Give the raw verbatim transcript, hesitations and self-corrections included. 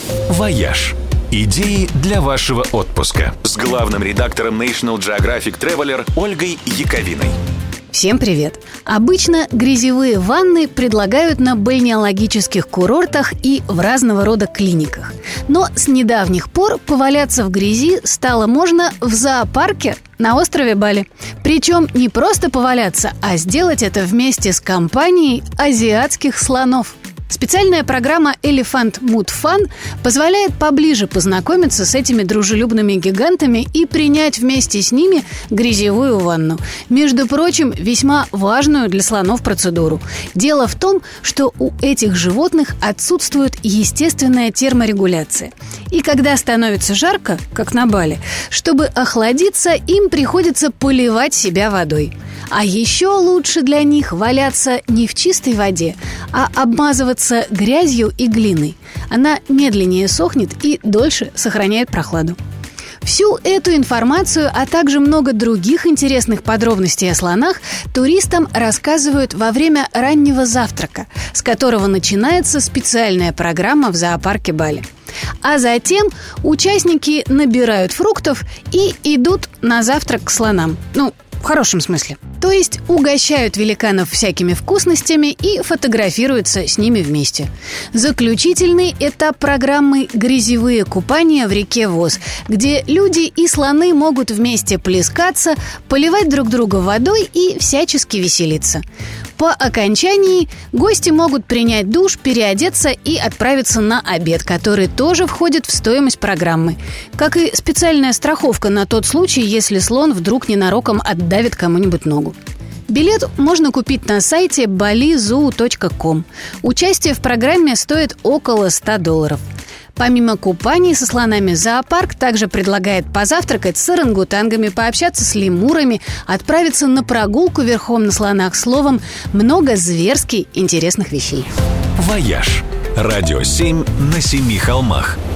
«Вояж». Идеи для вашего отпуска с главным редактором National Geographic Traveler Ольгой Яковиной. Всем привет! Обычно грязевые ванны предлагают на бальнеологических курортах и в разного рода клиниках. Но с недавних пор поваляться в грязи стало можно в зоопарке на острове Бали. Причем не просто поваляться, а сделать это вместе с компанией азиатских слонов. Специальная программа Elephant Mood Fun позволяет поближе познакомиться с этими дружелюбными гигантами и принять вместе с ними грязевую ванну. Между прочим, весьма важную для слонов процедуру. Дело в том, что у этих животных отсутствует естественная терморегуляция. И когда становится жарко, как на Бали, чтобы охладиться, им приходится поливать себя водой. А еще лучше для них валяться не в чистой воде, а обмазываться грязью и глиной. Она медленнее сохнет и дольше сохраняет прохладу. Всю эту информацию, а также много других интересных подробностей о слонах туристам рассказывают во время раннего завтрака, с которого начинается специальная программа в зоопарке Бали. А затем участники набирают фруктов и идут на завтрак к слонам. Ну, в хорошем смысле. То есть угощают великанов всякими вкусностями и фотографируются с ними вместе. Заключительный этап программы – грязевые купания в реке Воз, где люди и слоны могут вместе плескаться, поливать друг друга водой и всячески веселиться. По окончании гости могут принять душ, переодеться и отправиться на обед, который тоже входит в стоимость программы. Как и специальная страховка на тот случай, если слон вдруг ненароком отдавит кому-нибудь ногу. Билет можно купить на сайте бали зоо точка ком. Участие в программе стоит около ста долларов. Помимо купаний со слонами, зоопарк также предлагает позавтракать с орангутангами, пообщаться с лемурами, отправиться на прогулку верхом на слонах. Словом, много зверски интересных вещей. «Вояж». Радио семь на семи холмах.